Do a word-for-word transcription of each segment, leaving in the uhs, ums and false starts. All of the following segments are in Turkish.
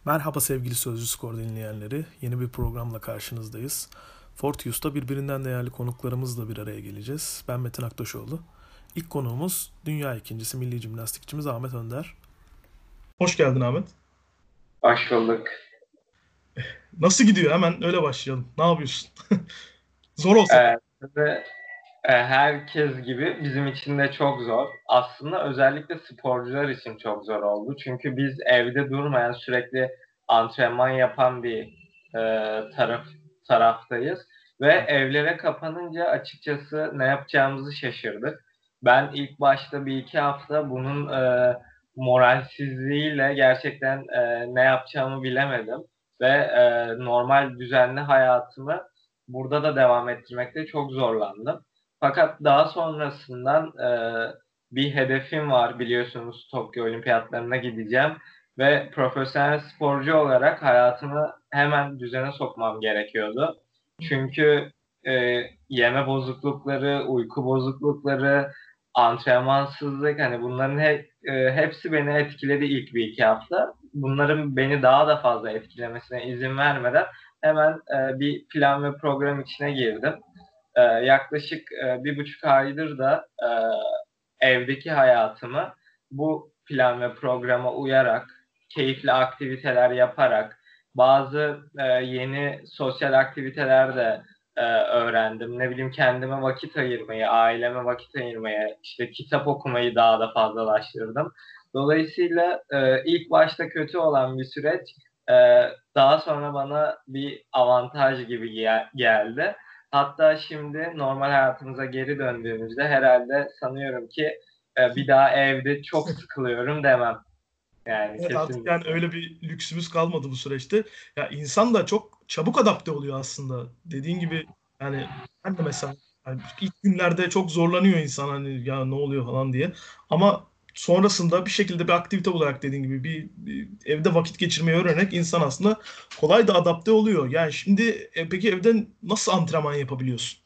Merhaba sevgili Sözcü Skor dinleyenleri. Yeni bir programla karşınızdayız. Fortius'ta birbirinden değerli konuklarımızla bir araya geleceğiz. Ben Metin Aktaşoğlu. İlk konuğumuz dünya ikincisi milli jimnastikçimiz Ahmet Önder. Hoş geldin Ahmet. Hoş bulduk. Nasıl gidiyor? Hemen öyle başlayalım. Ne yapıyorsun? Zor olsa. Ee, ve, e, herkes gibi bizim için de çok zor. Aslında özellikle sporcular için çok zor oldu. Çünkü biz evde durmayan, sürekli antrenman yapan bir e, taraf taraftayız. Ve evlere kapanınca açıkçası ne yapacağımızı şaşırdık. Ben ilk başta bir iki hafta bunun e, moralsizliğiyle gerçekten e, ne yapacağımı bilemedim. Ve e, normal düzenli hayatımı burada da devam ettirmekte çok zorlandım. Fakat daha sonrasından e, bir hedefim var, biliyorsunuz Tokyo Olimpiyatlarına gideceğim ve profesyonel sporcu olarak hayatımı hemen düzene sokmam gerekiyordu. Çünkü e, yeme bozuklukları, uyku bozuklukları, antrenmansızlık, hani bunların he, e, hepsi beni etkiledi ilk bir iki hafta. Bunların beni daha da fazla etkilemesine izin vermeden hemen e, bir plan ve program içine girdim. E, yaklaşık e, bir buçuk aydır da e, evdeki hayatımı bu plan ve programa uyarak, keyifli aktiviteler yaparak, bazı e, yeni sosyal aktiviteler de e, öğrendim. Ne bileyim, kendime vakit ayırmayı, aileme vakit ayırmayı, işte kitap okumayı daha da fazlalaştırdım. Dolayısıyla e, ilk başta kötü olan bir süreç e, daha sonra bana bir avantaj gibi gel- geldi. Hatta şimdi normal hayatımıza geri döndüğümüzde herhalde sanıyorum ki e, bir daha evde çok sıkılıyorum demem. Yani Evet, artık yani kesinlikle. öyle bir lüksümüz kalmadı bu süreçte. Ya insan da çok çabuk adapte oluyor aslında. Dediğin gibi yani ben de mesela yani ilk günlerde çok zorlanıyor insan hani ya ne oluyor falan diye. Ama sonrasında bir şekilde bir aktivite olarak dediğin gibi bir, bir evde vakit geçirmeyi öğrenerek insan aslında kolay da adapte oluyor. Yani şimdi e, peki evden nasıl antrenman yapabiliyorsun?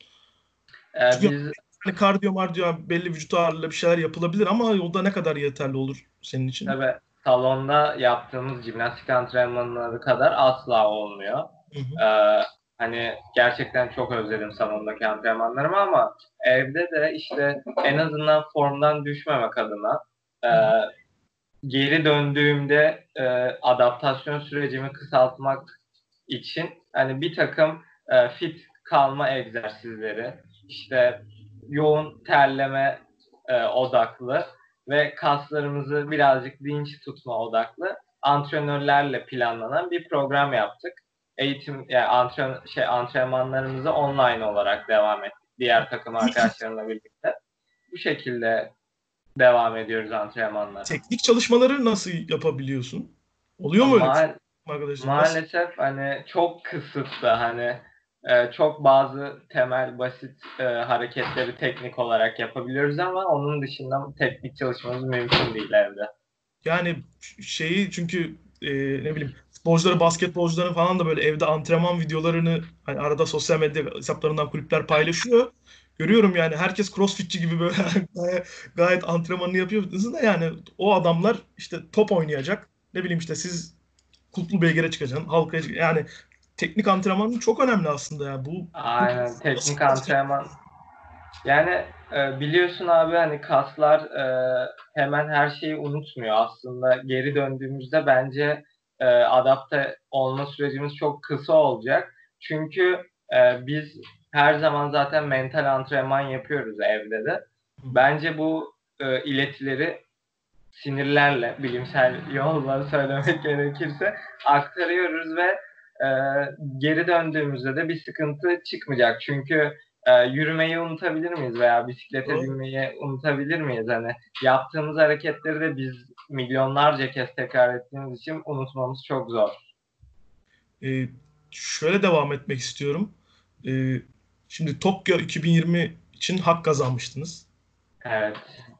E, Çünkü biz hani kardiyo mardiyo belli vücut ağırlığıyla bir şeyler yapılabilir ama yolda ne kadar yeterli olur senin için? tabii salonda yaptığımız jimnastik antrenmanları kadar asla olmuyor. Hı hı. E, Hani gerçekten çok özledim salondaki antrenmanlarımı ama evde de işte en azından formdan düşmemek adına e, Hı hı. geri döndüğümde e, adaptasyon sürecimi kısaltmak için hani bir takım e, fit kalma egzersizleri, işte yoğun terleme e, odaklı ve kaslarımızı birazcık dinç tutma odaklı antrenörlerle planlanan bir program yaptık. Eğitim yani antren şey antrenmanlarımızı online olarak devam ettik diğer takım arkadaşlarımla birlikte. Bu şekilde devam ediyoruz antrenmanlara. Teknik çalışmaları nasıl yapabiliyorsun? Oluyor mu öyle bir şey Ma arkadaşlar? Nasıl? Maalesef hani çok kısıtlı, hani e, çok bazı temel basit e, hareketleri teknik olarak yapabiliyoruz ama onun dışında teknik çalışmamız mümkün değil evde. Yani şeyi çünkü e, ne bileyim sporcuları, basketbolcuların falan da böyle evde antrenman videolarını hani arada sosyal medya hesaplarından kulüpler paylaşıyor. Görüyorum yani herkes crossfitçi gibi böyle gayet, gayet antrenmanını yapıyor. Da yani o adamlar işte top oynayacak. Ne bileyim işte siz kutlu beygire çıkacaksın, halkaya çıkacaksın. Yani teknik antrenman çok önemli aslında ya. Bu, bu Aynen, nasıl teknik antrenman. Yani e, biliyorsun abi, hani kaslar e, hemen her şeyi unutmuyor. Aslında geri döndüğümüzde bence e, adapte olma sürecimiz çok kısa olacak. Çünkü e, biz her zaman zaten mental antrenman yapıyoruz evde de. Bence bu e, iletileri sinirlerle, bilimsel yolla söylemek gerekirse aktarıyoruz ve e, geri döndüğümüzde de bir sıkıntı çıkmayacak. Çünkü e, yürümeyi unutabilir miyiz veya bisiklete Doğru. binmeyi unutabilir miyiz? Hani yaptığımız hareketleri de biz milyonlarca kez tekrar ettiğimiz için unutmamız çok zor. Ee, Şöyle devam etmek istiyorum. Ee, Şimdi Tokyo iki bin yirmi için hak kazanmıştınız. Evet.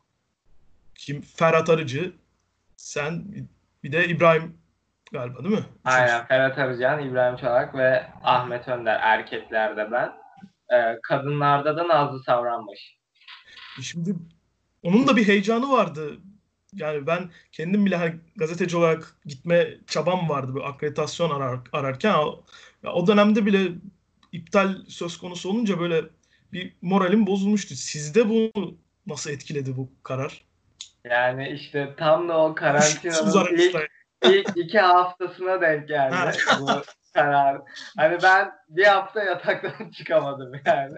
Kim? Ferhat Arıcı, sen bir de İbrahim galiba değil mi? Üçüncü. Aynen, Ferhat Arıcan, İbrahim Çolak ve Ahmet Önder, erkeklerde ben. E, kadınlarda da Nazlı Savranbaşı. Şimdi onun da bir heyecanı vardı. Yani ben kendim bile hani gazeteci olarak gitme çabam vardı böyle akreditasyon arar, ararken o, ya o dönemde bile iptal söz konusu olunca böyle bir moralim bozulmuştu. Sizde bu nasıl etkiledi bu karar? Yani işte tam da o Konuşuyorsunuz karantinanın ilk aranızda. ilk iki haftasına denk Ha. geldi bu karar. Hani ben bir hafta yataktan çıkamadım yani.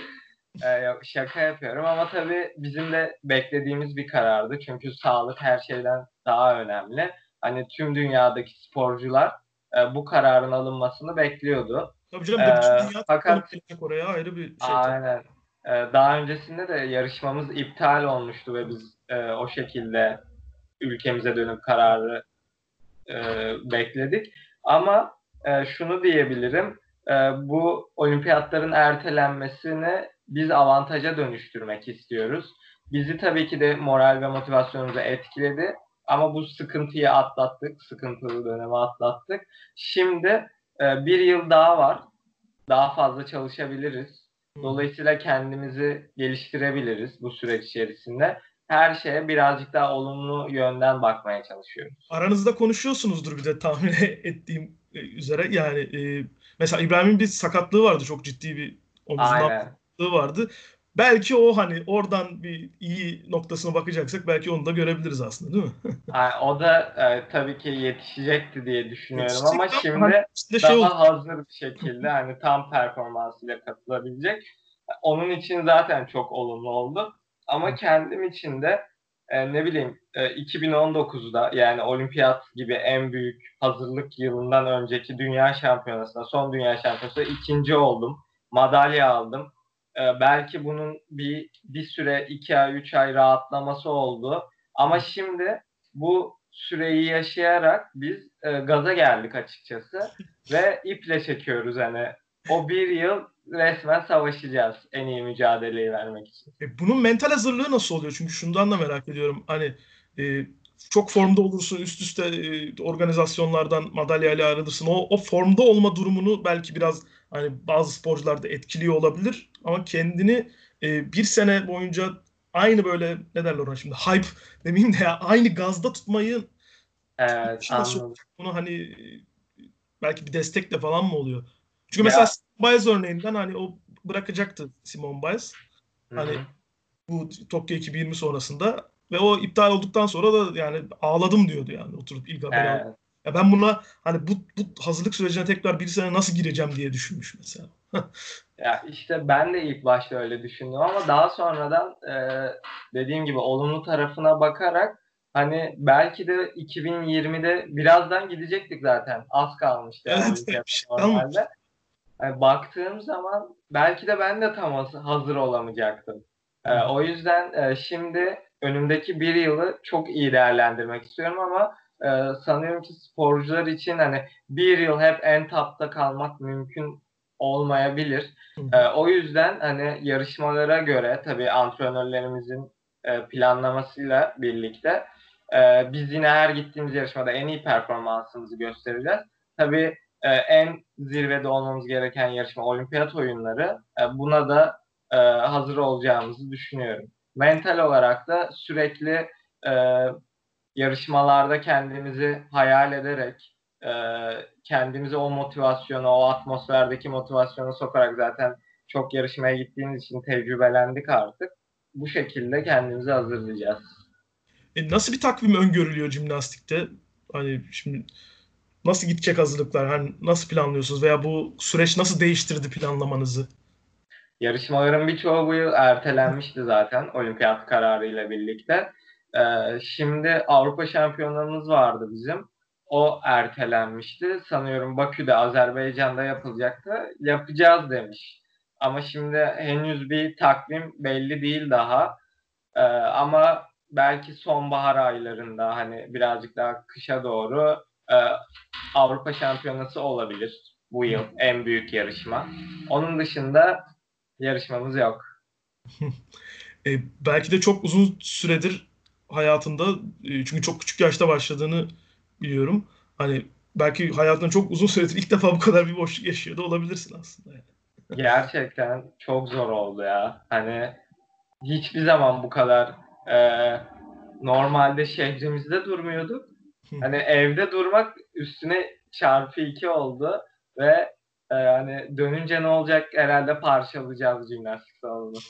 Ee, yok, şaka yapıyorum ama tabii bizim de beklediğimiz bir karardı. Çünkü sağlık her şeyden daha önemli. Hani tüm dünyadaki sporcular e, bu kararın alınmasını bekliyordu. Tabii canım, bir de bütün Ee, dünya toplanıp fakat gelecek oraya, ayrı bir şey tabii. aynen. Ee, daha öncesinde de yarışmamız iptal olmuştu ve biz e, o şekilde ülkemize dönüp kararı e, bekledik. Ama e, şunu diyebilirim, e, bu olimpiyatların ertelenmesini biz avantaja dönüştürmek istiyoruz. Bizi tabii ki de moral ve motivasyonumuzu etkiledi. Ama bu sıkıntıyı atlattık, sıkıntılı dönemi atlattık. Şimdi e, bir yıl daha var. Daha fazla çalışabiliriz. Dolayısıyla kendimizi geliştirebiliriz bu süreç içerisinde. Her şeye birazcık daha olumlu yönden bakmaya çalışıyoruz. Aranızda konuşuyorsunuzdur bir de tahmin ettiğim e, üzere. Yani e, mesela İbrahim'in bir sakatlığı vardı. Çok ciddi bir omuzundan Aynen. sakatlığı vardı. Belki o hani oradan bir iyi noktasına bakacaksak belki onu da görebiliriz aslında, değil mi? Yani o da e, tabii ki yetişecekti diye düşünüyorum ama Yetişecekti ama hani şimdi işte şey oldu. daha hazır bir şekilde hani tam performansıyla katılabilecek. Onun için zaten çok olumlu oldu. Ama kendim için de e, ne bileyim e, iki bin on dokuzda yani olimpiyat gibi en büyük hazırlık yılından önceki dünya şampiyonasında, son dünya şampiyonasında ikinci oldum. Madalya aldım. E, belki bunun bir bir süre iki ay, üç ay rahatlaması oldu. Ama şimdi bu süreyi yaşayarak biz e, gaza geldik açıkçası ve iple çekiyoruz hani o bir yıl resmen savaşacağız en iyi mücadeleyi vermek için. E, bunun mental hazırlığı nasıl oluyor? Çünkü şundan da merak ediyorum. Hani e, çok formda olursun, üst üste e, organizasyonlardan madalyayla ayrılırsın. O, o formda olma durumunu belki biraz hani bazı sporcularda etkiliyor olabilir. Ama kendini e, bir sene boyunca aynı böyle, ne derler ona şimdi, hype demeyeyim de ya, aynı gazda tutmayı Evet, işi nasıl anladım. oluyor? Bunu hani e, belki bir destekle falan mı oluyor? Çünkü mesela Ya, Simone Biles örneğinden hani o bırakacaktı, Simone Biles. hı Hani hı. bu Tokyo iki bin yirmi sonrasında ve o iptal olduktan sonra da yani ağladım diyordu, yani oturup ilk haberi aldım. Evet. Ya ben buna hani bu, bu hazırlık sürecine tekrar bir sene nasıl gireceğim diye düşünmüş mesela. Ya işte ben de ilk başta öyle düşündüm ama daha sonradan e, dediğim gibi olumlu tarafına bakarak hani belki de iki bin yirmide birazdan gidecektik zaten. Az kalmıştı yani Evet, bir olimpiyata şey kalmamış. normalde. Yani baktığım zaman belki de ben de tam haz- hazır olamayacaktım. Hı Ee, hı. o yüzden e, şimdi önümdeki bir yılı çok iyi değerlendirmek istiyorum ama e, sanıyorum ki sporcular için hani bir yıl hep en tapta kalmak mümkün olmayabilir. Hı E, hı. o yüzden hani yarışmalara göre tabii antrenörlerimizin e, planlamasıyla birlikte e, biz yine her gittiğimiz yarışmada en iyi performansımızı göstereceğiz. Tabii e, en zirvede olmamız gereken yarışma olimpiyat oyunları. E, buna da e, hazır olacağımızı düşünüyorum. Mental olarak da sürekli e, yarışmalarda kendimizi hayal ederek e, kendimizi o motivasyona, o atmosferdeki motivasyona sokarak zaten çok yarışmaya gittiğimiz için tecrübelendik artık. Bu şekilde kendimizi hazırlayacağız. E, nasıl bir takvim öngörülüyor jimnastikte? Hani şimdi nasıl gidecek hazırlıklar? Hani nasıl planlıyorsunuz veya bu süreç nasıl değiştirdi planlamanızı? Yarışmaların birçoğu bu yıl ertelenmişti zaten olimpiyat kararıyla birlikte. Ee, şimdi Avrupa şampiyonamız vardı bizim. O ertelenmişti. Sanıyorum Bakü'de, Azerbaycan'da yapılacaktı. Yapacağız demiş. Ama şimdi henüz bir takvim belli değil daha. Ee, ama belki sonbahar aylarında hani birazcık daha kışa doğru e, Avrupa şampiyonası olabilir bu yıl en büyük yarışma. Onun dışında yarışmamız yok. E, belki de çok uzun süredir hayatında, e, çünkü çok küçük yaşta başladığını biliyorum. Hani belki hayatında çok uzun süredir ilk defa bu kadar bir boşluk yaşıyor da olabilirsin aslında. Yani. Gerçekten çok zor oldu ya. Hani hiçbir zaman bu kadar e, normalde şehrimizde durmuyorduk. Hani evde durmak üstüne çarpı iki oldu ve e, hani dönünce ne olacak, herhalde parçalayacağız jimnastik salonunu.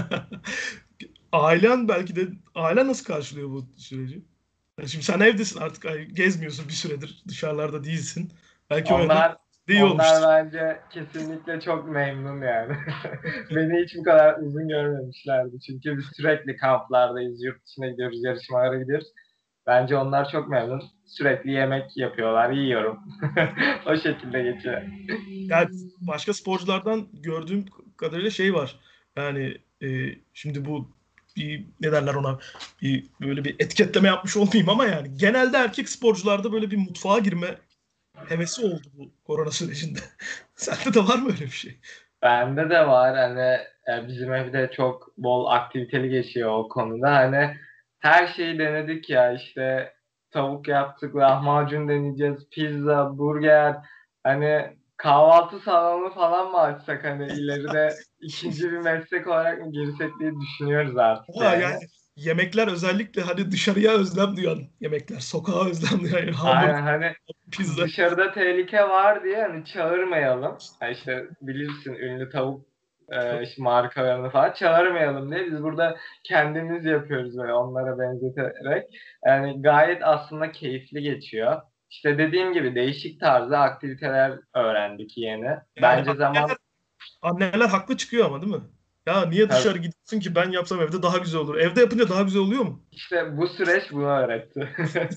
Ailen belki de ailen nasıl karşılıyor bu süreci? Yani şimdi sen evdesin artık, ay- gezmiyorsun bir süredir, dışarılarda değilsin. Belki o yönden Onlar de iyi onlar olmuştur. bence kesinlikle çok memnun yani. Beni hiç bu kadar uzun görmemişlerdi. Çünkü biz sürekli kamplardayız, yurt dışına gidiyoruz, yarışmalara gidiyoruz. Bence onlar çok memnun. Sürekli yemek yapıyorlar, yiyorum. O şekilde geçiyor. Yani başka sporculardan gördüğüm kadarıyla şey var. Yani e, şimdi bu bir ne derler ona, bir böyle bir etiketleme yapmış olmayayım ama yani genelde erkek sporcularda böyle bir mutfağa girme hevesi oldu bu korona sürecinde. Sende de var mı öyle bir şey? Bende de var hani, e, bizim evde çok bol aktiviteli geçiyor o konuda. Hani her şeyi denedik ya, işte tavuk yaptık, lahmacun deneyeceğiz, pizza, burger. Hani kahvaltı salonu falan mı açsak, hani ileride ikinci bir meslek olarak mı girsek diye düşünüyoruz artık Ha, yani. yani yemekler özellikle hani dışarıya özlem duyan yemekler, sokağa özlem duyan yani hamburger, Aynen, hani pizza. dışarıda tehlike var diye hani çağırmayalım. Ha işte bilirsin, ünlü tavuk e, işte markalarını falan çağırmayalım diye biz burada kendimiz yapıyoruz böyle onlara benzeterek. Yani gayet aslında keyifli geçiyor. İşte dediğim gibi değişik tarzda aktiviteler öğrendik yeni. Yani Bence zaman anneler, anneler haklı çıkıyor ama değil mi? Ya niye tabii, dışarı gidiyorsun ki, ben yapsam evde daha güzel olur. Evde yapınca daha güzel oluyor mu? işte bu süreç bunu öğretti.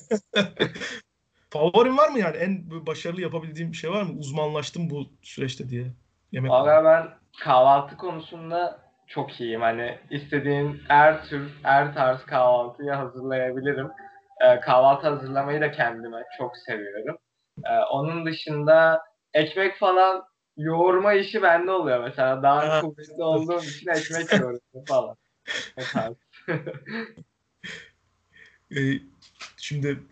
Favorin var mı yani? En başarılı yapabildiğim bir şey var mı? Uzmanlaştım bu süreçte diye. Yemek olarak. Valla ben kahvaltı konusunda çok iyiyim. Hani istediğin her tür, her tarz kahvaltıyı hazırlayabilirim. Ee, kahvaltı hazırlamayı da kendime çok seviyorum. Ee, onun dışında ekmek falan yoğurma işi bende oluyor. Mesela daha Ha, kuvvetli olduğum için ekmek yoğuruyorum falan. O tarz. e, şimdi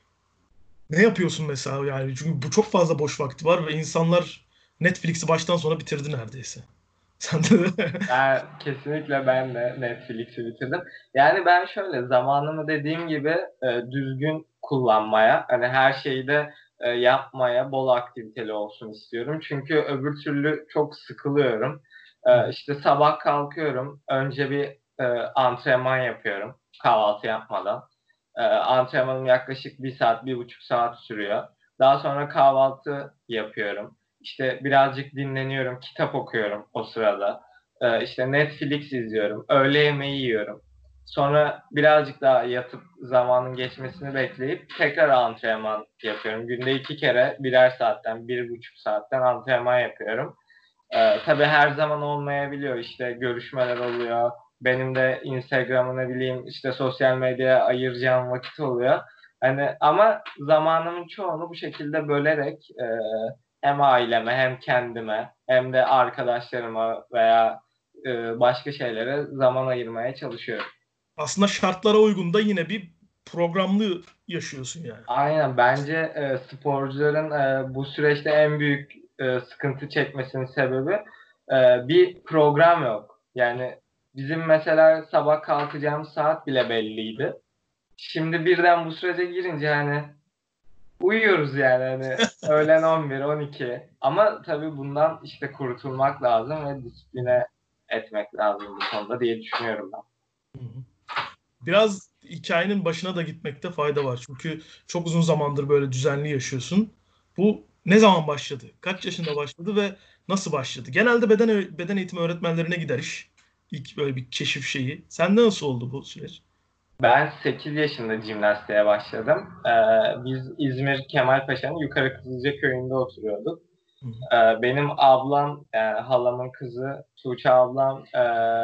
ne yapıyorsun mesela yani? Çünkü bu çok fazla boş vakti var ve insanlar Netflix'i baştan sona bitirdi neredeyse. Sen de Ben kesinlikle ben de Netflix'i bitirdim. Yani ben şöyle zamanımı dediğim gibi e, düzgün kullanmaya, hani her şeyi de e, yapmaya, bol aktiviteli olsun istiyorum. Çünkü öbür türlü çok sıkılıyorum. E, işte sabah kalkıyorum, önce bir e, antrenman yapıyorum kahvaltı yapmadan. E, antrenmanım yaklaşık bir saat, bir buçuk saat sürüyor. Daha sonra kahvaltı yapıyorum. İşte birazcık dinleniyorum, kitap okuyorum o sırada. Ee, işte Netflix izliyorum. Öğle yemeği yiyorum. Sonra birazcık daha yatıp zamanın geçmesini bekleyip tekrar antrenman yapıyorum. Günde iki kere birer saatten, bir buçuk saatten antrenman yapıyorum. Ee, tabii her zaman olmayabiliyor. İşte görüşmeler oluyor. Benim de Instagram'ı ne bileyim işte sosyal medyaya ayıracağım vakit oluyor. Hani ama zamanımın çoğunu bu şekilde bölerek e, hem aileme hem kendime hem de arkadaşlarıma veya e, başka şeylere zaman ayırmaya çalışıyorum. aslında şartlara uygun da yine bir programlı yaşıyorsun yani. Aynen, bence e, sporcuların e, bu süreçte en büyük e, sıkıntı çekmesinin sebebi e, bir program yok. Yani bizim mesela sabah kalkacağımız saat bile belliydi. Şimdi birden bu sürece girince hani uyuyoruz yani, hani öğlen on bir on iki, ama tabii bundan işte kurtulmak lazım ve disipline etmek lazım bu konuda diye düşünüyorum ben. Hı hı. Biraz hikayenin başına da gitmekte fayda var. Çünkü çok uzun zamandır böyle düzenli yaşıyorsun. Bu ne zaman başladı? Kaç yaşında başladı ve nasıl başladı? Genelde beden beden eğitimi öğretmenlerine gider iş. İlk böyle bir keşif şeyi. Sende nasıl oldu bu süreç? Ben sekiz yaşında jimnastiğe başladım. Ee, biz İzmir Kemalpaşa'nın Yukarı Kızılca köyünde oturuyorduk. Hı hı. Ee, benim ablam, yani halamın kızı Tuğçe ablam, e,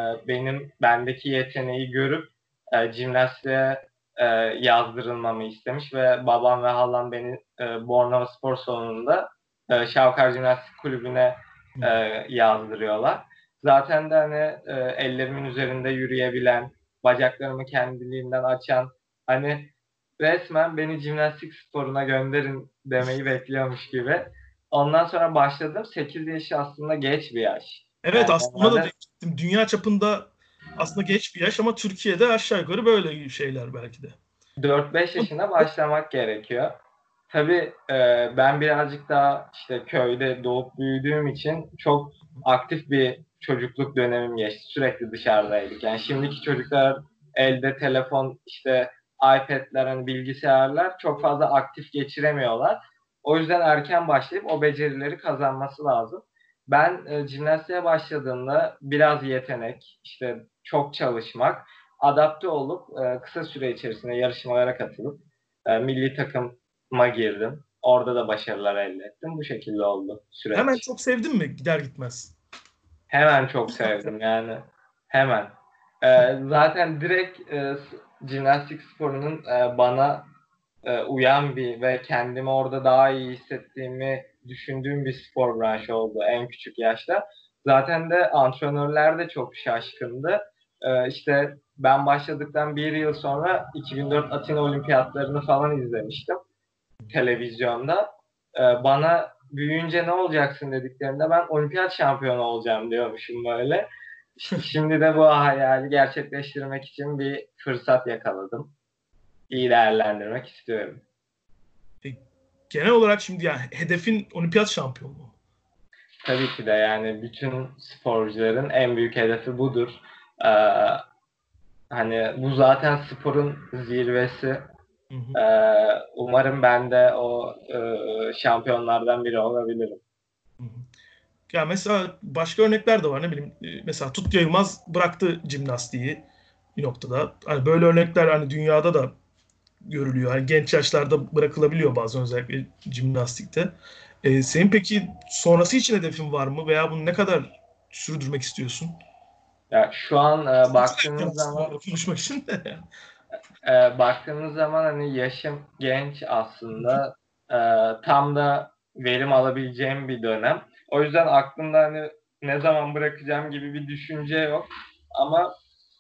benim bendeki yeteneği görüp e, jimnastiğe e, yazdırılmamı istemiş ve babam ve halam beni e, Bornova Spor Salonu'nda e, Şavkar Jimnastik Kulübü'ne Hı. e, yazdırıyorlar. Zaten de hani e, ellerimin üzerinde yürüyebilen, bacaklarımı kendiliğinden açan, hani resmen beni jimnastik sporuna gönderin demeyi bekliyormuş gibi. Ondan sonra başladım. sekiz yaş aslında geç bir yaş. Evet, Yani aslında da normalde değiştim. Dünya çapında aslında geç bir yaş ama Türkiye'de aşağı yukarı böyle şeyler belki de. dört beş yaşında başlamak gerekiyor. Tabii e, ben birazcık daha işte köyde doğup büyüdüğüm için çok aktif bir çocukluk dönemim geçti. Sürekli dışarıdaydık. Yani şimdiki çocuklar elde telefon, işte iPad'ler, hani bilgisayarlar çok fazla aktif geçiremiyorlar. O yüzden erken başlayıp o becerileri kazanması lazım. Ben e, jimnastiğe başladığımda biraz yetenek, işte çok çalışmak, adapte olup e, kısa süre içerisinde yarışmalara katılıp e, milli takıma girdim. Orada da başarılar elde ettim. Bu şekilde oldu Hemen süreç. çok sevdin mi gider gitmez? Hemen çok sevdim yani. Hemen. E, zaten direkt e, jimnastik sporunun e, bana e, uyan bir ve kendimi orada daha iyi hissettiğimi düşündüğüm bir spor branşı oldu en küçük yaşta. Zaten de antrenörler de çok şaşkındı. E, işte ben başladıktan bir yıl sonra iki bin dört Atina Olimpiyatlarını falan izlemiştim televizyonda. E, bana büyüyünce ne olacaksın dediklerinde ben olimpiyat şampiyonu olacağım diyormuşum böyle. İşte şimdi de bu hayali gerçekleştirmek için bir fırsat yakaladım. İyi değerlendirmek istiyorum. E, genel olarak şimdi yani hedefin olimpiyat şampiyonluğu. Tabii ki de yani bütün sporcuların en büyük hedefi budur. Ee, hani bu zaten sporun zirvesi. Hı hı. Ee, umarım ben de o e, şampiyonlardan biri olabilirim. Hı hı. Ya mesela başka örnekler de var, ne bileyim. E, Mesela Tutku Yılmaz bıraktı jimnastiği bir noktada. Hani böyle örnekler hani dünyada da görülüyor. Hani genç yaşlarda bırakılabiliyor bazen, özellikle jimnastikte. E, senin peki sonrası için hedefin var mı veya bunu ne kadar sürdürmek istiyorsun? Ya şu an e, Çok erken baktığınız aslında zaman bunu konuşmak için de. e, baktığınız zaman hani yaşım genç aslında. E, tam da verim alabileceğim bir dönem. O yüzden aklımda hani ne zaman bırakacağım gibi bir düşünce yok. Ama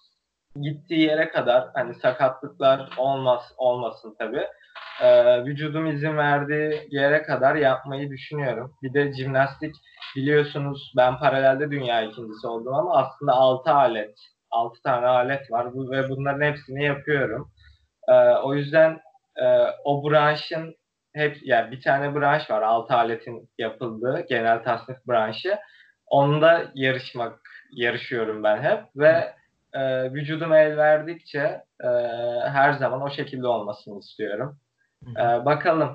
gittiği yere kadar hani sakatlıklar olmaz olmasın tabii. Ee, vücudum izin verdiği yere kadar yapmayı düşünüyorum. Bir de jimnastik, biliyorsunuz ben paralelde dünya ikincisi oldum ama aslında altı alet, altı tane alet var bu, ve bunların hepsini yapıyorum. Ee, o yüzden e, o branşın hep yani bir tane branş var altı aletin yapıldığı genel tasnif branşı. Onda yarışmak yarışıyorum ben hep ve e, vücudum el verdikçe e, her zaman o şekilde olmasını istiyorum. E, bakalım.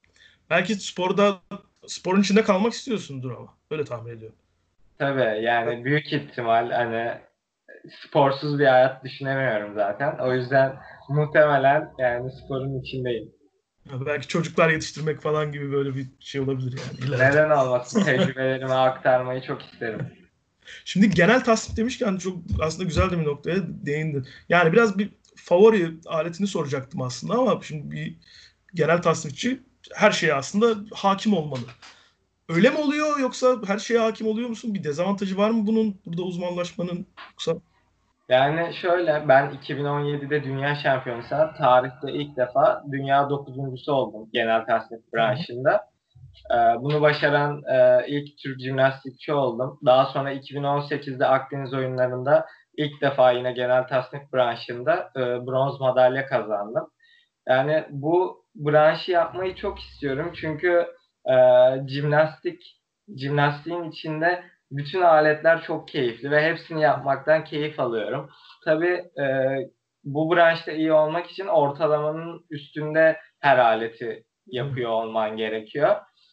Belki sporda sporun içinde kalmak istiyorsundur ama. Öyle tahmin ediyorum. Tabii yani büyük ihtimal hani sporsuz bir hayat düşünemiyorum zaten. O yüzden muhtemelen yani sporun içindeyim. Ya belki çocuklar yetiştirmek falan gibi böyle bir şey olabilir yani ileride. Neden olmasın? Tecrübelerimi aktarmayı çok isterim. Şimdi genel tasnif demişken çok aslında güzel de bir noktaya değindin. Yani biraz bir favori aletini soracaktım aslında ama şimdi bir genel tasnifçi her şeye aslında hakim olmalı. Öyle mi oluyor, yoksa her şeye hakim oluyor musun? Bir dezavantajı var mı bunun, burada uzmanlaşmanın, yoksa? Yani şöyle, ben iki bin on yedide dünya şampiyonası, tarihte ilk defa dünya dokuzuncusu oldum genel tasnif Hı hı. branşında. Ee, bunu başaran e, ilk Türk jimnastikçi oldum. Daha sonra iki bin on sekizde Akdeniz oyunlarında ilk defa yine genel tasnif branşında e, bronz madalya kazandım. Yani bu branşı yapmayı çok istiyorum çünkü e, jimnastik, jimnastiğin içinde bütün aletler çok keyifli ve hepsini yapmaktan keyif alıyorum. Tabii e, bu branşta iyi olmak için ortalamanın üstünde her aleti Hı. yapıyor olman gerekiyor.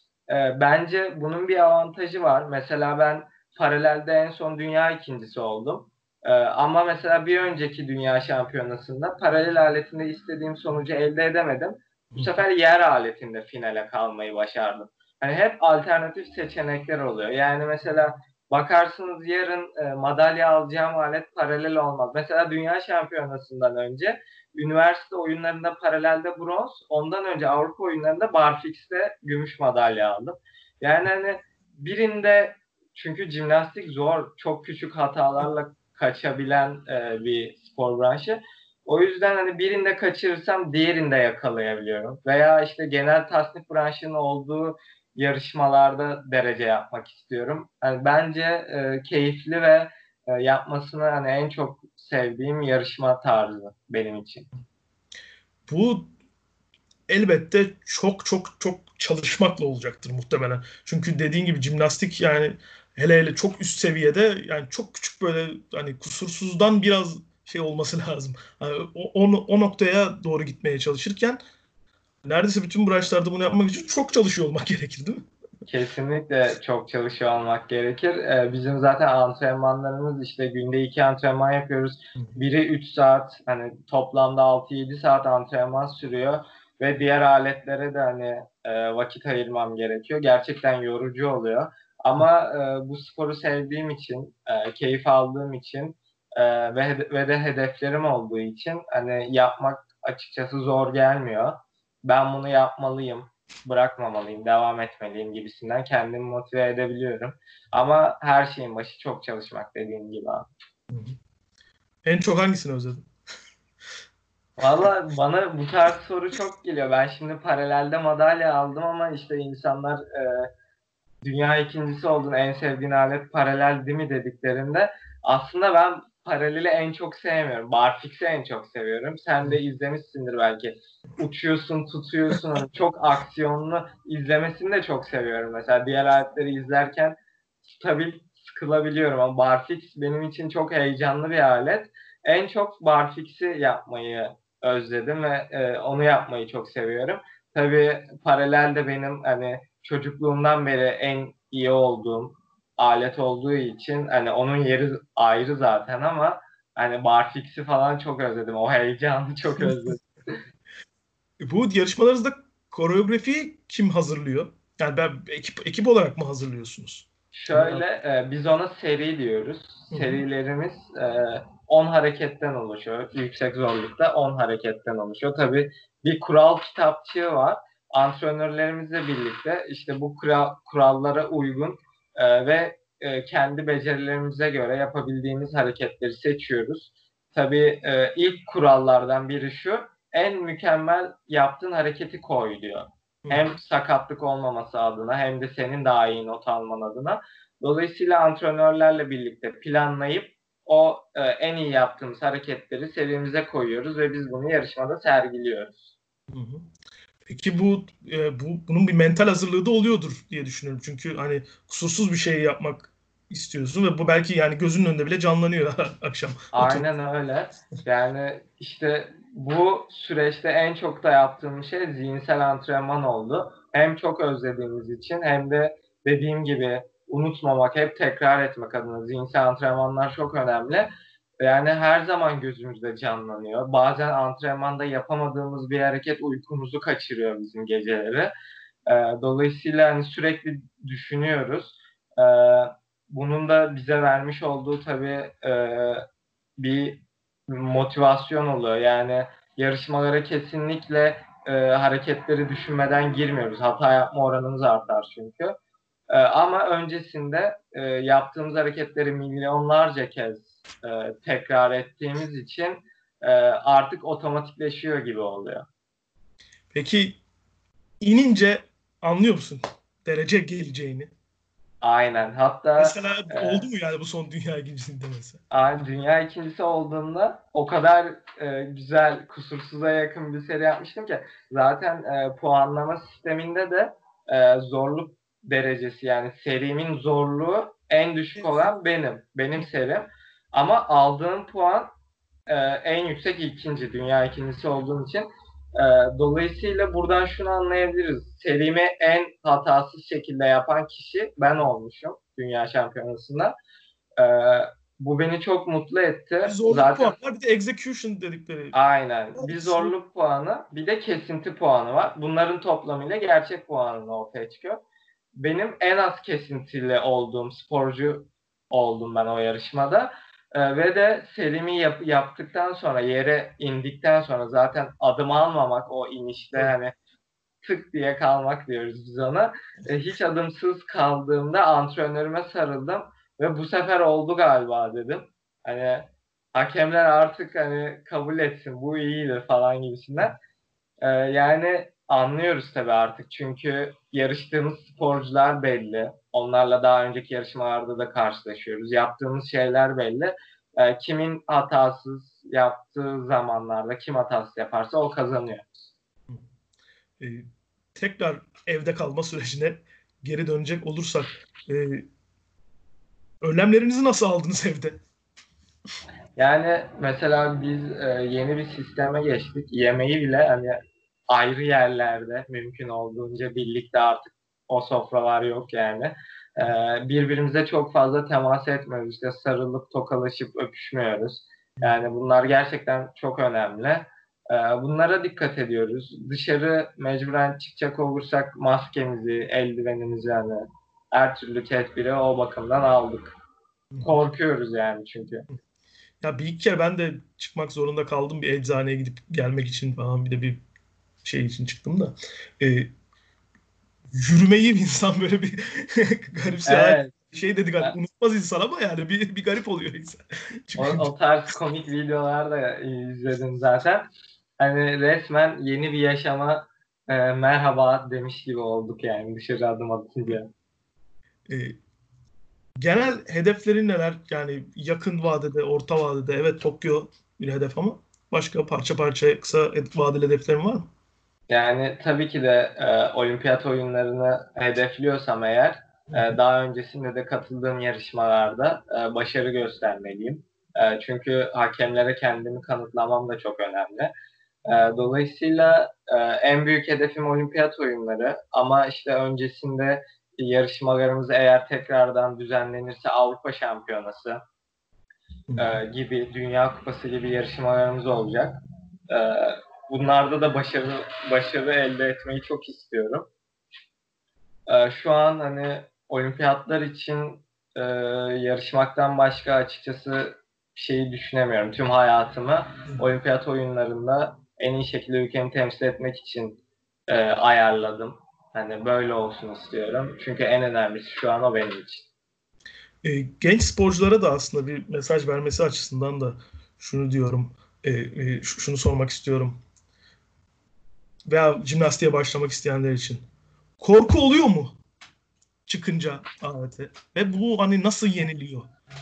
E, bence bunun bir avantajı var. Mesela ben paralelde en son dünya ikincisi oldum. E, ama mesela bir önceki dünya şampiyonasında paralel aletinde istediğim sonucu elde edemedim. Bu sefer yer aletinde finale kalmayı başardım. Hani hep alternatif seçenekler oluyor. Yani mesela bakarsınız yarın e, madalya alacağım alet paralel olmaz. Mesela dünya şampiyonasından önce üniversite oyunlarında paralelde bronz, ondan önce Avrupa oyunlarında barfix'te gümüş madalya aldım. Yani hani birinde, çünkü jimnastik zor, çok küçük hatalarla kaçabilen e, bir spor branşı. O yüzden hani birinde kaçırırsam diğerinde yakalayabiliyorum. Veya işte genel tasnif branşının olduğu yarışmalarda derece yapmak istiyorum. Yani bence e, keyifli ve e, yapmasını hani en çok sevdiğim yarışma tarzı benim için. Bu elbette çok çok çok çalışmakla olacaktır muhtemelen. Çünkü dediğin gibi jimnastik yani hele hele çok üst seviyede yani çok küçük böyle hani kusursuzdan biraz şey olması lazım. Hani o, o, o noktaya doğru gitmeye çalışırken neredeyse bütün branşlarda bunu yapmak için çok çalışıyor olmak gerekir değil mi? Kesinlikle çok çalışıyor olmak gerekir. Ee, bizim zaten antrenmanlarımız işte günde iki antrenman yapıyoruz. Biri üç saat, hani toplamda altı yedi saat antrenman sürüyor ve diğer aletlere de hani e, vakit ayırmam gerekiyor. Gerçekten yorucu oluyor. Ama e, bu sporu sevdiğim için, e, keyif aldığım için e, ve, hede- ve de hedeflerim olduğu için hani yapmak açıkçası zor gelmiyor. Ben bunu yapmalıyım, bırakmamalıyım, devam etmeliyim gibisinden kendimi motive edebiliyorum. Ama her şeyin başı çok çalışmak, dediğim gibi abi. En çok hangisini özledin? Valla bana bu tarz soru çok geliyor. Ben şimdi paralelde madalya aldım ama işte insanlar e, dünya ikincisi oldun, en sevdiğin alet paralel değil mi dediklerinde aslında ben paraleli en çok sevmiyorum. Barfix'i en çok seviyorum. Sen de izlemişsindir belki. Uçuyorsun, tutuyorsun. Hani çok aksiyonlu, izlemesini de çok seviyorum. Mesela diğer aletleri izlerken stabil sıkılabiliyorum ama Barfix benim için çok heyecanlı bir alet. En çok Barfix'i yapmayı özledim ve e, onu yapmayı çok seviyorum. Tabii paralel de benim hani çocukluğumdan beri en iyi olduğum alet olduğu için hani onun yeri ayrı zaten ama hani barfix'i falan çok özledim. O heyecanı çok özledim. Bu yarışmalarınızda koreografiyi kim hazırlıyor? Yani ben ekip ekip olarak mı hazırlıyorsunuz? Şöyle e, biz ona seri diyoruz. Hı hı. Serilerimiz e, on hareketten oluşuyor. Yüksek zorlukta on hareketten oluşuyor. Tabii bir kural kitapçığı var. Antrenörlerimizle birlikte işte bu kural, kurallara uygun e, ve e, kendi becerilerimize göre yapabildiğimiz hareketleri seçiyoruz. Tabii e, ilk kurallardan biri şu: en mükemmel yaptığın hareketi koy diyor. Hı hı. Hem sakatlık olmaması adına hem de senin daha iyi not alman adına. Dolayısıyla antrenörlerle birlikte planlayıp o e, en iyi yaptığımız hareketleri serimize koyuyoruz ve biz bunu yarışmada sergiliyoruz. Hı hı. Peki bu, e, bu bunun bir mental hazırlığı da oluyordur diye düşünüyorum. Çünkü hani kusursuz bir şey yapmak istiyorsun ve bu belki yani gözünün önünde bile canlanıyor akşam oturup. Aynen öyle. Yani işte bu süreçte en çok da yaptığım şey zihinsel antrenman oldu. Hem çok özlediğimiz için hem de dediğim gibi unutmamak, hep tekrar etmek adına zihinsel antrenmanlar çok önemli. Yani her zaman gözümüzde canlanıyor. Bazen antrenmanda yapamadığımız bir hareket uykumuzu kaçırıyor bizim geceleri. Ee, dolayısıyla hani sürekli düşünüyoruz. Ee, bunun da bize vermiş olduğu tabii e, bir motivasyon oluyor. Yani yarışmalara kesinlikle e, hareketleri düşünmeden girmiyoruz. Hata yapma oranımız artar çünkü. E, ama öncesinde e, yaptığımız hareketleri milyonlarca kez e, tekrar ettiğimiz için e, artık otomatikleşiyor gibi oluyor. Peki inince anlıyor musun derece geleceğini? Aynen. Hatta Mesela e, oldu mu yani bu son dünya ikincisinde mesela? Aynı dünya ikincisi olduğunda o kadar e, güzel, kusursuza yakın bir seri yapmıştım ki zaten e, puanlama sisteminde de e, zorluk derecesi, yani serimin zorluğu en düşük olan benim. Benim serim. Ama aldığım puan e, en yüksek ikinci, dünya ikincisi olduğum için. E, dolayısıyla buradan şunu anlayabiliriz: serimi en hatasız şekilde yapan kişi ben olmuşum dünya şampiyonasında. Ee, bu beni çok mutlu Bir etti. zorluk Zaten puanı var bir de execution dedikleri. aynen bir İkisi. zorluk puanı, bir de kesinti puanı var. Bunların toplamıyla gerçek puanın ortaya çıkıyor. Benim en az kesintili olduğum sporcu oldum ben o yarışmada. Ee, ve de serimi yap- yaptıktan sonra, yere indikten sonra, zaten adım almamak o inişte, Evet. hani tık diye kalmak diyoruz biz ona. E, hiç adımsız kaldığımda antrenörüme sarıldım ve bu sefer oldu galiba dedim. Hani hakemler artık hani kabul etsin, bu iyiydi falan gibisinden. E, yani anlıyoruz tabii artık, çünkü yarıştığımız sporcular belli. Onlarla daha önceki yarışmalarda da karşılaşıyoruz. Yaptığımız şeyler belli. E, kimin hatasız yaptığı zamanlarda kim hatasız yaparsa o kazanıyor. E, tekrar evde kalma sürecine geri dönecek olursak e, önlemlerinizi nasıl aldınız evde? Yani mesela biz e, yeni bir sisteme geçtik. Yemeği bile hani ayrı yerlerde mümkün olduğunca birlikte artık o sofralar yok yani. E, birbirimize çok fazla temas etmiyoruz. İşte sarılıp tokalaşıp öpüşmüyoruz. Yani bunlar gerçekten çok önemli. E, bunlara dikkat ediyoruz. Dışarı mecburen çıkacak olursak maskemizi, eldivenimizi yani her türlü tedbiri o bakımdan aldık. Korkuyoruz yani çünkü. Ya bir iki kere ben de çıkmak zorunda kaldım bir eczaneye gidip gelmek için falan, bir de bir şey için çıktım da. E, yürümeyi insan böyle bir garipse, Evet. şey dedik hani unutmaz insan ama yani bir, bir garip oluyor insan. O, o tarz komik videolar da izledim zaten. Hani resmen yeni bir yaşama e, merhaba demiş gibi olduk yani dışarı adım atınca. E, genel hedeflerin neler? Yani yakın vadede, orta vadede, evet Tokyo bir hedef ama başka parça parça kısa vadeli hedeflerin var mı? Yani tabii ki de e, olimpiyat oyunlarını hedefliyorsam eğer e, daha öncesinde de katıldığım yarışmalarda e, başarı göstermeliyim. E, çünkü hakemlere kendimi kanıtlamam da çok önemli. E, dolayısıyla e, en büyük hedefim olimpiyat oyunları ama işte öncesinde yarışmalarımız eğer tekrardan düzenlenirse Avrupa Şampiyonası e, gibi, Dünya Kupası gibi yarışmalarımız olacak. E, bunlarda da başarı başarı elde etmeyi çok istiyorum. E, şu an hani olimpiyatlar için e, yarışmaktan başka açıkçası bir şeyi düşünemiyorum. Tüm hayatımı olimpiyat oyunlarında en iyi şekilde ülkemi temsil etmek için e, ayarladım. Hani böyle olsun istiyorum. Çünkü en önemlisi şu an o benim için. E, genç sporculara da aslında bir mesaj vermesi açısından da şunu diyorum, e, e, ş- şunu sormak istiyorum. Veya jimnastiğe başlamak isteyenler için. Korku oluyor mu çıkınca alete? Ve bu hani nasıl yeniliyor?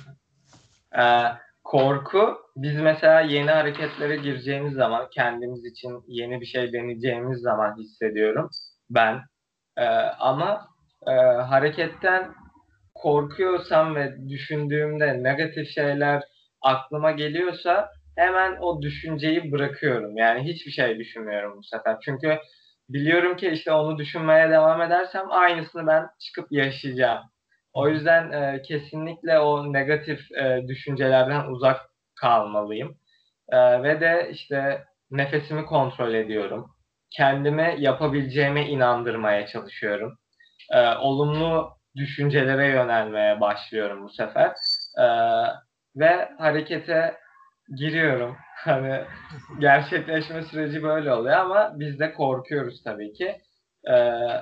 Ee, korku, biz mesela yeni hareketlere gireceğimiz zaman, kendimiz için yeni bir şey deneyeceğimiz zaman hissediyorum ben. Ee, ama e, hareketten korkuyorsam ve düşündüğümde negatif şeyler aklıma geliyorsa hemen o düşünceyi bırakıyorum. Yani hiçbir şey düşünmüyorum bu sefer. Çünkü biliyorum ki işte onu düşünmeye devam edersem aynısını ben çıkıp yaşayacağım. O yüzden e, kesinlikle o negatif e, düşüncelerden uzak kalmalıyım. E, ve de işte nefesimi kontrol ediyorum. Kendimi yapabileceğime inandırmaya çalışıyorum. E, olumlu düşüncelere yönelmeye başlıyorum bu sefer. E, ve harekete giriyorum. Hani gerçekleşme süreci böyle oluyor ama biz de korkuyoruz tabii ki. E,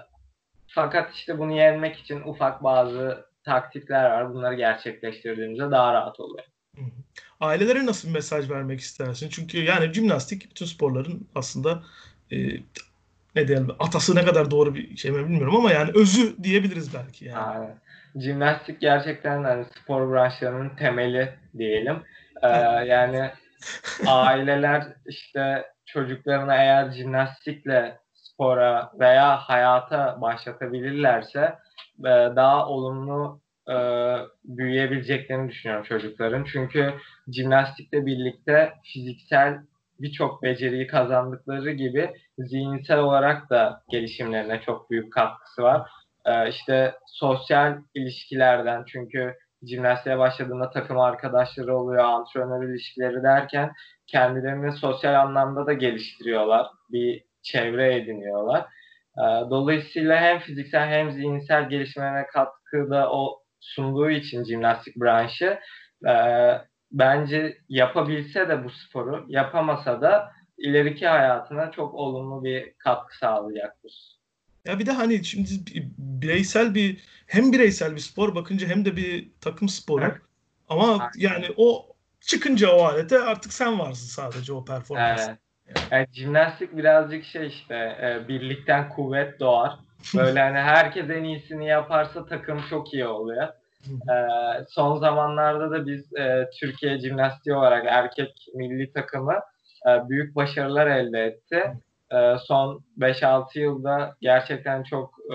fakat işte bunu yenmek için ufak bazı taktikler var. Bunları gerçekleştirdiğimizde daha rahat oluyor. Hı hı. Ailelere nasıl bir mesaj vermek istersin? Çünkü yani jimnastik bütün sporların aslında e, ne diyelim, atası ne kadar doğru bir şey mi bilmiyorum ama yani özü diyebiliriz belki yani. Yani, jimnastik gerçekten hani spor branşlarının temeli diyelim. Ee, yani aileler işte çocuklarına eğer jimnastikle spora veya hayata başlatabilirlerse e, daha olumlu e, büyüyebileceklerini düşünüyorum çocukların. Çünkü jimnastikle birlikte fiziksel birçok beceriyi kazandıkları gibi zihinsel olarak da gelişimlerine çok büyük katkısı var. E, işte sosyal ilişkilerden, çünkü jimnastiğe başladığında takım arkadaşları oluyor, antrenör ilişkileri derken kendilerini sosyal anlamda da geliştiriyorlar. Bir çevre ediniyorlar. Ee, Dolayısıyla hem fiziksel hem zihinsel gelişmelerine katkıda o sunduğu için jimnastik branşı e, bence yapabilse de bu sporu, yapamasa da ileriki hayatına çok olumlu bir katkı sağlayacaktır. Ya bir de hani şimdi bireysel bir, hem bireysel bir spor bakınca hem de bir takım sporu. Ama yani o çıkınca o alete artık sen varsın sadece o performans. Evet. Yani jimnastik birazcık şey işte e, birlikten kuvvet doğar. Böyle hani herkes en iyisini yaparsa takım çok iyi oluyor. E, son zamanlarda da biz e, Türkiye Jimnastiği olarak erkek milli takımı e, büyük başarılar elde etti. E, son beş altı yılda gerçekten çok e,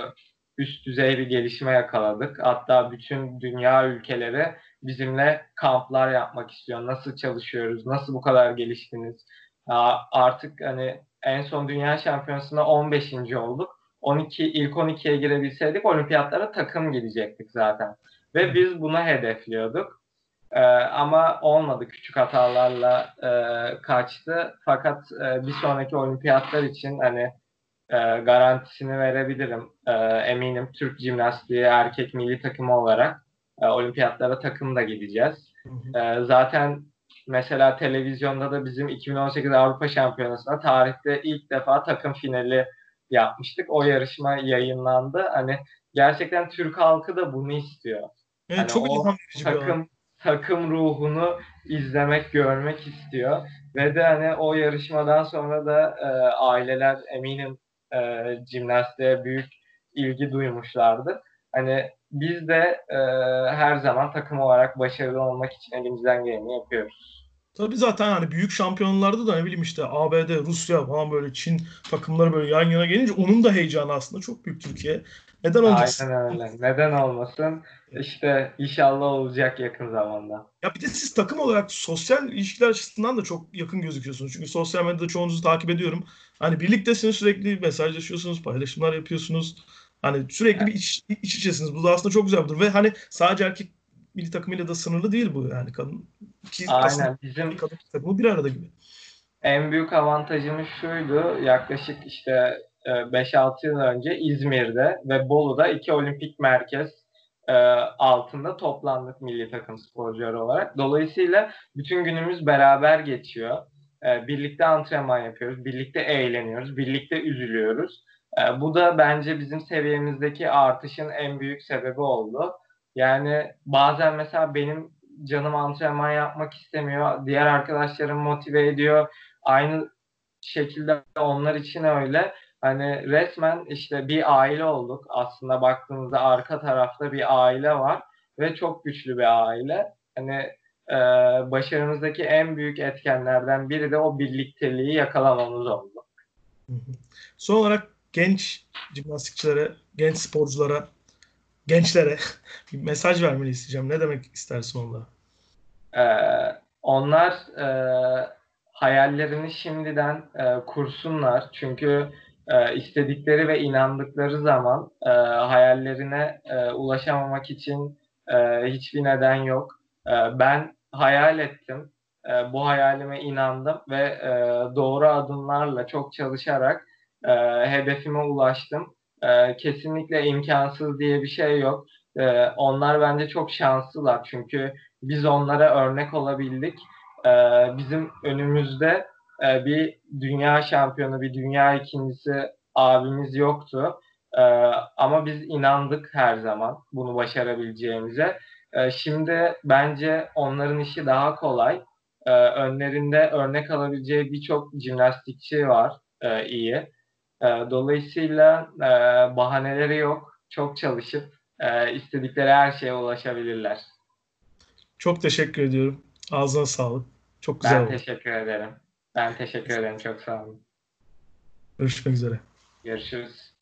üst düzey bir gelişme yakaladık. Hatta bütün dünya ülkeleri bizimle kamplar yapmak istiyor. Nasıl çalışıyoruz? Nasıl bu kadar geliştiniz? A- Artık hani en son dünya şampiyonasında on beşinci olduk. on iki ilk on ikiye girebilseydik olimpiyatlara takım gidecektik zaten. Ve biz bunu hedefliyorduk. Ee, ama olmadı. Küçük hatalarla e, kaçtı. Fakat e, bir sonraki olimpiyatlar için hani e, garantisini verebilirim. E, eminim Türk jimnastiği erkek milli takımı olarak e, olimpiyatlara takım da gideceğiz. E, zaten mesela televizyonda da bizim iki bin on sekiz Avrupa Şampiyonası'nda tarihte ilk defa takım finali yapmıştık. O yarışma yayınlandı. Hani gerçekten Türk halkı da bunu istiyor. Evet, Hani çok o ilham verici bir an. takım takım ruhunu izlemek, görmek istiyor. Ve de hani o yarışmadan sonra da e, aileler eminim e, jimnastiğe büyük ilgi duymuşlardır. Hani biz de e, her zaman takım olarak başarılı olmak için elimizden geleni yapıyoruz. Tabii zaten hani büyük şampiyonlarda da ne bileyim işte A B D, Rusya falan böyle Çin takımları böyle yan yana gelince onun da heyecanı aslında çok büyük Türkiye. Neden olmasın? Aynen öyle. Neden olmasın? İşte inşallah olacak yakın zamanda. Ya bir de siz takım olarak sosyal ilişkiler açısından da çok yakın gözüküyorsunuz. Çünkü sosyal medyada çoğunuzu takip ediyorum. Hani birliktesiniz, sürekli mesajlaşıyorsunuz, paylaşımlar yapıyorsunuz. Hani sürekli bir iç, iç içesiniz. Bu da aslında çok güzel bir durum. Ve hani sadece erkek milli takımıyla da sınırlı değil bu yani. Kadın ki aslında Aynen. iki Bizim kadın takımı bir arada gibi. en büyük avantajımız şuydu. Yaklaşık işte e, beş altı yıl önce İzmir'de ve Bolu'da iki olimpik merkez e, altında toplandık milli takım sporcuları olarak. Dolayısıyla bütün günümüz beraber geçiyor. E, Birlikte antrenman yapıyoruz, birlikte eğleniyoruz, birlikte üzülüyoruz. E, Bu da bence bizim seviyemizdeki artışın en büyük sebebi oldu. Yani bazen mesela benim canım antrenman yapmak istemiyor, diğer arkadaşlarım motive ediyor. Aynı şekilde onlar için öyle. Hani resmen işte bir aile olduk. Aslında baktığımızda arka tarafta bir aile var ve çok güçlü bir aile. Hani e, başarımızdaki en büyük etkenlerden biri de o birlikteliği yakalamamız oldu. Hı hı. Son olarak genç jimnastikçilere, genç sporculara, gençlere bir mesaj vermeni isteyeceğim. Ne demek istersin onlara? Ee, onlar e, hayallerini şimdiden e, kursunlar. Çünkü e, istedikleri ve inandıkları zaman e, hayallerine e, ulaşamamak için e, hiçbir neden yok. E, ben hayal ettim. E, bu hayalime inandım ve e, doğru adımlarla çok çalışarak e, hedefime ulaştım. E, kesinlikle imkansız diye bir şey yok. E, onlar bence çok şanslılar çünkü biz onlara örnek olabildik. Ee, bizim önümüzde e, bir dünya şampiyonu, bir dünya ikincisi abimiz yoktu. Ee, ama biz inandık her zaman bunu başarabileceğimize. Ee, şimdi bence onların işi daha kolay. Ee, önlerinde örnek alabileceği birçok jimnastikçi var e, iyi. Ee, dolayısıyla e, bahaneleri yok. Çok çalışıp e, istedikleri her şeye ulaşabilirler. Çok teşekkür ediyorum. Ağzına sağlık. Çok güzel Ben oldu. teşekkür ederim. Ben teşekkür ederim. Çok sağ olun. Görüşmek üzere. Görüşürüz.